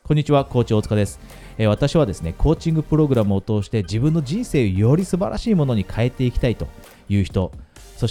こんにちは、コーチ大塚です。私はですね、コーチングプログラムを通して自分の人生をより素晴らしいものに変えていきたいという人、そして、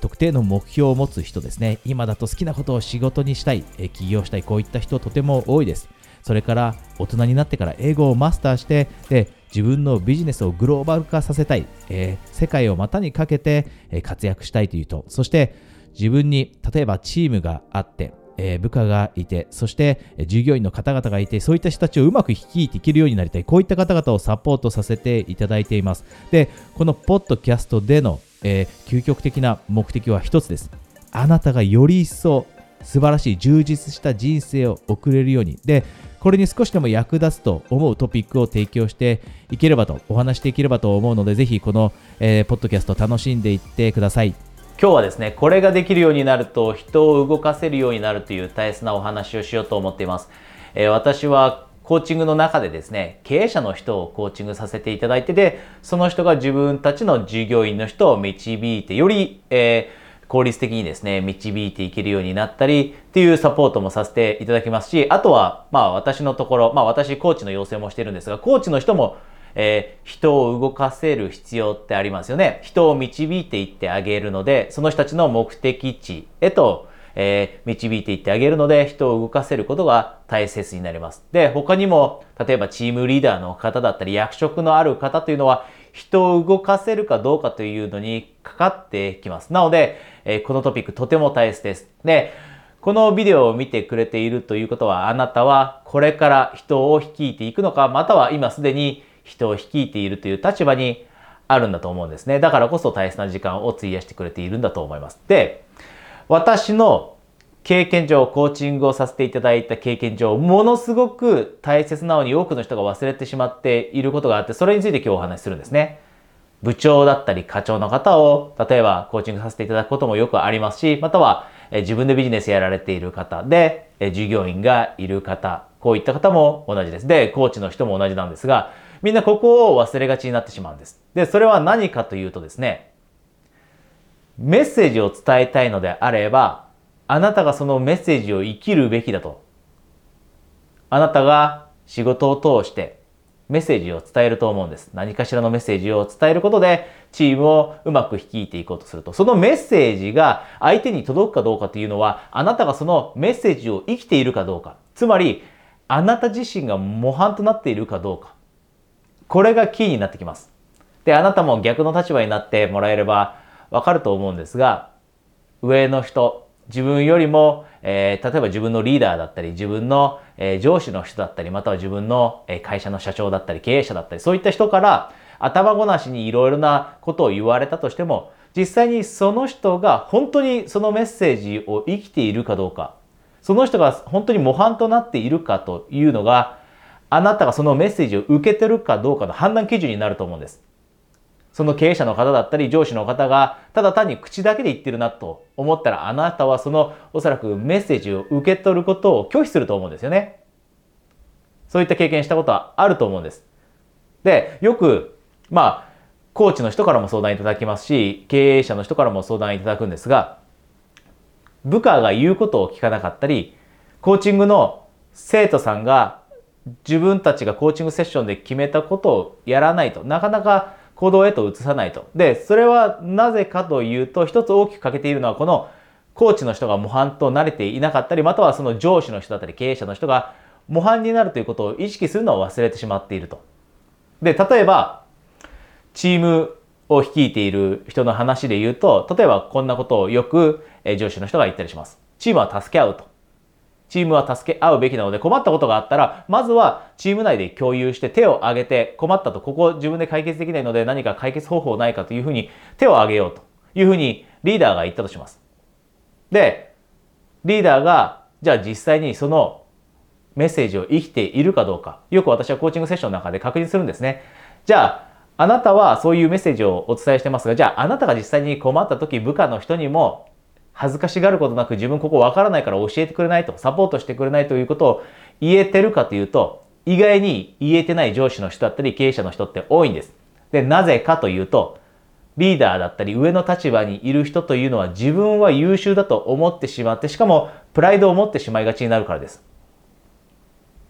特定の目標を持つ人ですね。今だと好きなことを仕事にしたい、起業したい、こういった人とても多いです。それから大人になってから英語をマスターして、で自分のビジネスをグローバル化させたい、世界を股にかけて、活躍したいという人、そして自分に例えばチームがあって、部下がいて、そして従業員の方々がいて、そういった人たちをうまく率いていけるようになりたい、こういった方々をサポートさせていただいています。で、このポッドキャストでの、究極的な目的は一つです。あなたがより一層素晴らしい充実した人生を送れるように、でこれに少しでも役立つと思うトピックを提供していければと、お話していければと思うので、ぜひこの、ポッドキャスト楽しんでいってください。今日はですね、これができるようになると人を動かせるようになるという大切なお話をしようと思っています。私はコーチングの中でですね、経営者の人をコーチングさせていただいて、でその人が自分たちの従業員の人を導いて、より、効率的にですね、導いていけるようになったりっていうサポートもさせていただきますし、あとは私のところ、私コーチの養成もしてるんですが、コーチの人も人を動かせる必要ってありますよね。人を導いていってあげるので、その人たちの目的地へと、導いていってあげるので、人を動かせることが大切になります。で、他にも例えばチームリーダーの方だったり役職のある方というのは、人を動かせるかどうかというのにかかってきます。なので、このトピックとても大切です。で、このビデオを見てくれているということは、あなたはこれから人を率いていくのか、または今すでに人を率いているという立場にあるんだと思うんですね。だからこそ大切な時間を費やしてくれているんだと思います。で、私の経験上、コーチングをさせていただいた経験上、ものすごく大切なのに多くの人が忘れてしまっていることがあって、それについて今日お話しするんですね。部長だったり課長の方を例えばコーチングさせていただくこともよくありますし、または自分でビジネスやられている方で従業員がいる方、こういった方も同じです。で、コーチの人も同じなんですが、みんなここを忘れがちになってしまうんです。で、それは何かというとですね、メッセージを伝えたいのであれば、あなたがそのメッセージを生きるべきだと。あなたが仕事を通してメッセージを伝えると思うんです。何かしらのメッセージを伝えることでチームをうまく率いていこうとすると、そのメッセージが相手に届くかどうかというのは、あなたがそのメッセージを生きているかどうか、つまりあなた自身が模範となっているかどうか、これがキーになってきます。で、あなたも逆の立場になってもらえればわかると思うんですが、上の人、自分よりも、例えば自分のリーダーだったり、自分の、上司の人だったり、または自分の、会社の社長だったり、経営者だったり、そういった人から頭ごなしにいろいろなことを言われたとしても、実際にその人が本当にそのメッセージを生きているかどうか、その人が本当に模範となっているかというのが、あなたがそのメッセージを受けてるかどうかの判断基準になると思うんです。その経営者の方だったり上司の方がただ単に口だけで言ってるなと思ったら、あなたはそのおそらくメッセージを受け取ることを拒否すると思うんですよね。そういった経験したことはあると思うんです。で、よくコーチの人からも相談いただきますし、経営者の人からも相談いただくんですが、部下が言うことを聞かなかったり、コーチングの生徒さんが自分たちがコーチングセッションで決めたことをやらないと、なかなか行動へと移さないと。で、それはなぜかというと、一つ大きく欠けているのは、このコーチの人が模範と慣れていなかったり、またはその上司の人だったり経営者の人が模範になるということを意識するのを忘れてしまっていると。で、例えばチームを率いている人の話で言うと、例えばこんなことをよく上司の人が言ったりします。チームは助け合うと。チームは助け合うべきなので、困ったことがあったら、まずはチーム内で共有して手を挙げて、困ったと、ここ自分で解決できないので何か解決方法ないかというふうに手を挙げようというふうにリーダーが言ったとします。で、リーダーがじゃあ実際にそのメッセージを生きているかどうか、よく私はコーチングセッションの中で確認するんですね。じゃあ、あなたはそういうメッセージをお伝えしてますが、じゃああなたが実際に困った時、部下の人にも恥ずかしがることなく、自分ここわからないから教えてくれないと、サポートしてくれないということを言えてるかというと、意外に言えてない上司の人だったり経営者の人って多いんです。で、なぜかというと、リーダーだったり上の立場にいる人というのは自分は優秀だと思ってしまって、しかもプライドを持ってしまいがちになるからです。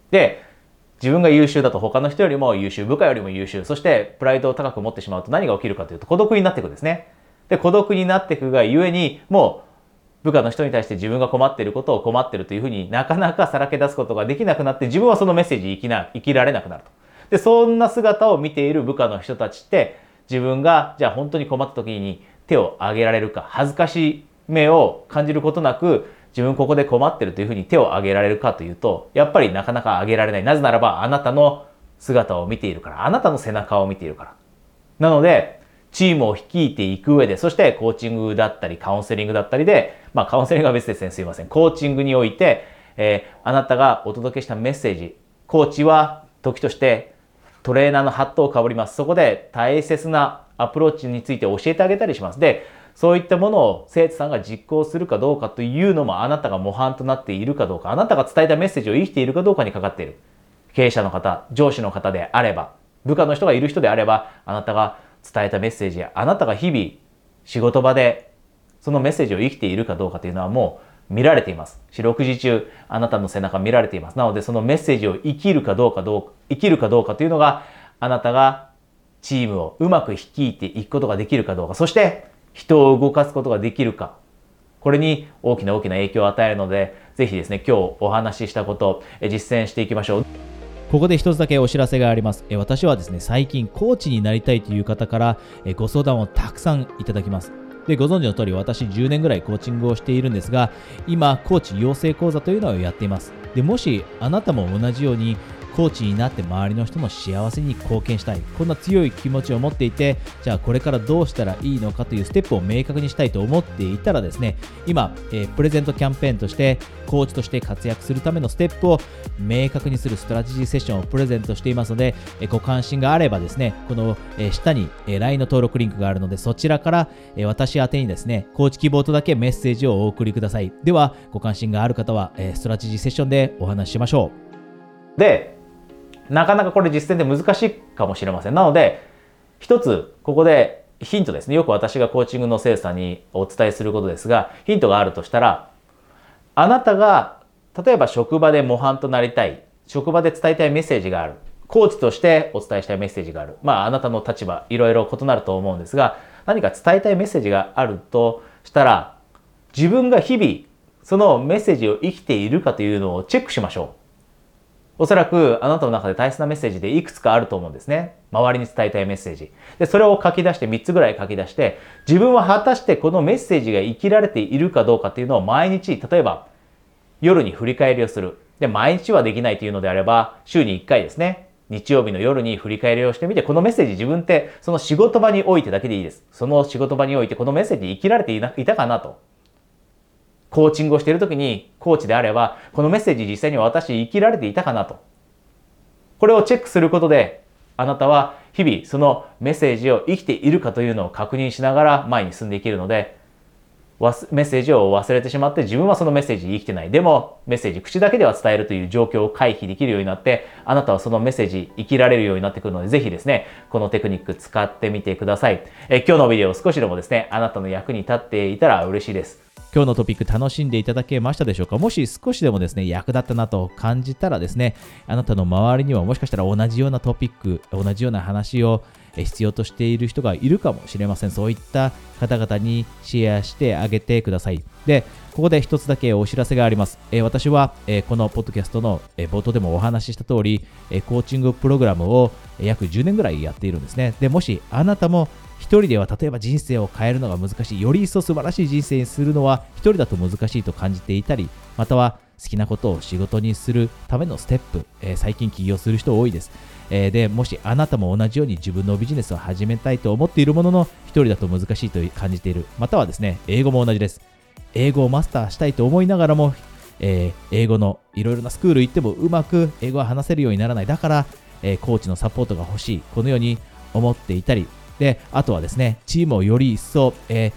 で、自分が優秀だと他の人よりも優秀、部下よりも優秀、そしてプライドを高く持ってしまうと何が起きるかというと孤独になっていくんですね。で、孤独になっていくがゆえに、もう部下の人に対して自分が困っていることを困っているというふうになかなかさらけ出すことができなくなって、自分はそのメッセージ生きられなくなると。で、そんな姿を見ている部下の人たちって、自分がじゃあ本当に困った時に手を挙げられるか、恥ずかしい目を感じることなく、自分ここで困ってるというふうに手を挙げられるかというと、やっぱりなかなか挙げられない。なぜならばあなたの姿を見ているから、あなたの背中を見ているから。なので、チームを率いていく上で、そしてコーチングだったりカウンセリングだったりで、カウンセリングは別ですね、すいません。コーチングにおいて、あなたがお届けしたメッセージ、コーチは時としてトレーナーのハットをかぶります。そこで大切なアプローチについて教えてあげたりします。で、そういったものを生徒さんが実行するかどうかというのも、あなたが模範となっているかどうか、あなたが伝えたメッセージを生きているかどうかにかかっている。経営者の方、上司の方であれば、部下の人がいる人であれば、あなたが伝えたメッセージや、あなたが日々仕事場でそのメッセージを生きているかどうかというのはもう見られています。四六時中あなたの背中見られています。なので、そのメッセージを生きるかどうかというのが、あなたがチームをうまく率いていくことができるかどうか、そして人を動かすことができるか、これに大きな影響を与えるので、ぜひですね、今日お話ししたことを実践していきましょう。ここで一つだけお知らせがあります。私はですね、最近コーチになりたいという方からご相談をたくさんいただきます。で、ご存知の通り、私10年ぐらいコーチングをしているんですが、今、コーチ養成講座というのをやっています。で、もしあなたも同じようにコーチになって周りの人の幸せに貢献したい、こんな強い気持ちを持っていて、じゃあこれからどうしたらいいのかというステップを明確にしたいと思っていたらですね、今、プレゼントキャンペーンとしてコーチとして活躍するためのステップを明確にするストラテジーセッションをプレゼントしていますので、ご関心があればですね、この下に LINE の登録リンクがあるので、そちらから私宛てにですね、コーチ希望とだけメッセージをお送りください。では、ご関心がある方はストラテジーセッションでお話ししましょう。で、なかなかこれ実践で難しいかもしれません。なので、一つここでヒントですね。よく私がコーチングの生徒さんにお伝えすることですが、ヒントがあるとしたら、あなたが例えば職場で模範となりたい、職場で伝えたいメッセージがある、コーチとしてお伝えしたいメッセージがある、あなたの立場いろいろ異なると思うんですが、何か伝えたいメッセージがあるとしたら、自分が日々そのメッセージを生きているかというのをチェックしましょう。おそらくあなたの中で大切なメッセージでいくつかあると思うんですね。周りに伝えたいメッセージ。で、それを書き出して3つぐらい書き出して、自分は果たしてこのメッセージが生きられているかどうかっていうのを毎日、例えば夜に振り返りをする。で、毎日はできないというのであれば、週に1回ですね。日曜日の夜に振り返りをしてみて、このメッセージ自分ってその仕事場においてだけでいいです。その仕事場においてこのメッセージ生きられていたかなと。コーチングをしているときに、コーチであれば、このメッセージ実際に私生きられていたかなと。これをチェックすることで、あなたは日々そのメッセージを生きているかというのを確認しながら前に進んでいけるので、メッセージを忘れてしまって自分はそのメッセージに生きてない。でもメッセージ口だけでは伝えるという状況を回避できるようになって、あなたはそのメッセージ生きられるようになってくるので、ぜひですね、このテクニック使ってみてください。今日のビデオ少しでもですね、あなたの役に立っていたら嬉しいです。今日のトピック楽しんでいただけましたでしょうか。もし少しでもですね、役立ったなと感じたらですね、あなたの周りにはもしかしたら同じようなトピック、同じような話を必要としている人がいるかもしれません。そういった方々にシェアしてあげてください。で、ここで一つだけお知らせがあります。私はこのポッドキャストの冒頭でもお話しした通り、コーチングプログラムを約10年ぐらいやっているんですね。で、もしあなたも一人では例えば人生を変えるのが難しい、より一層素晴らしい人生にするのは一人だと難しいと感じていたり、または好きなことを仕事にするためのステップ、最近起業する人多いです。で、もしあなたも同じように自分のビジネスを始めたいと思っているものの、一人だと難しいと感じている。またはですね、英語も同じです。英語をマスターしたいと思いながらも、英語のいろいろなスクール行ってもうまく英語が話せるようにならない。だから、コーチのサポートが欲しい。このように思っていたり、で、あとはですね、チームをより一層、率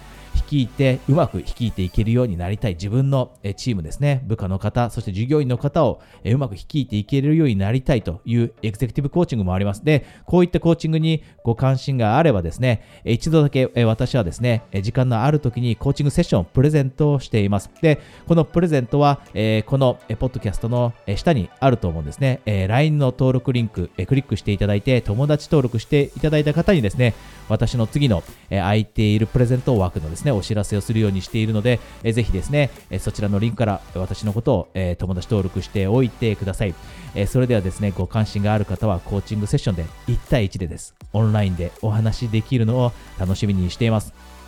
率いてうまく率いていけるようになりたい、自分のチームですね、部下の方、そして従業員の方をうまく率いていけるようになりたいというエグゼクティブコーチングもあります。で、こういったコーチングにご関心があればですね、一度だけ私はですね、時間のある時にコーチングセッションをプレゼントしています。で、このプレゼントはこのポッドキャストの下にあると思うんですね。LINE の登録リンククリックしていただいて、友達登録していただいた方にですね、私の次の空いているプレゼント枠のですね、お知らせをするようにしているので、ぜひですね、そちらのリンクから私のことを友達登録しておいてください。それではですね、ご関心がある方はコーチングセッションで1対1でです。オンラインでお話しできるのを楽しみにしています。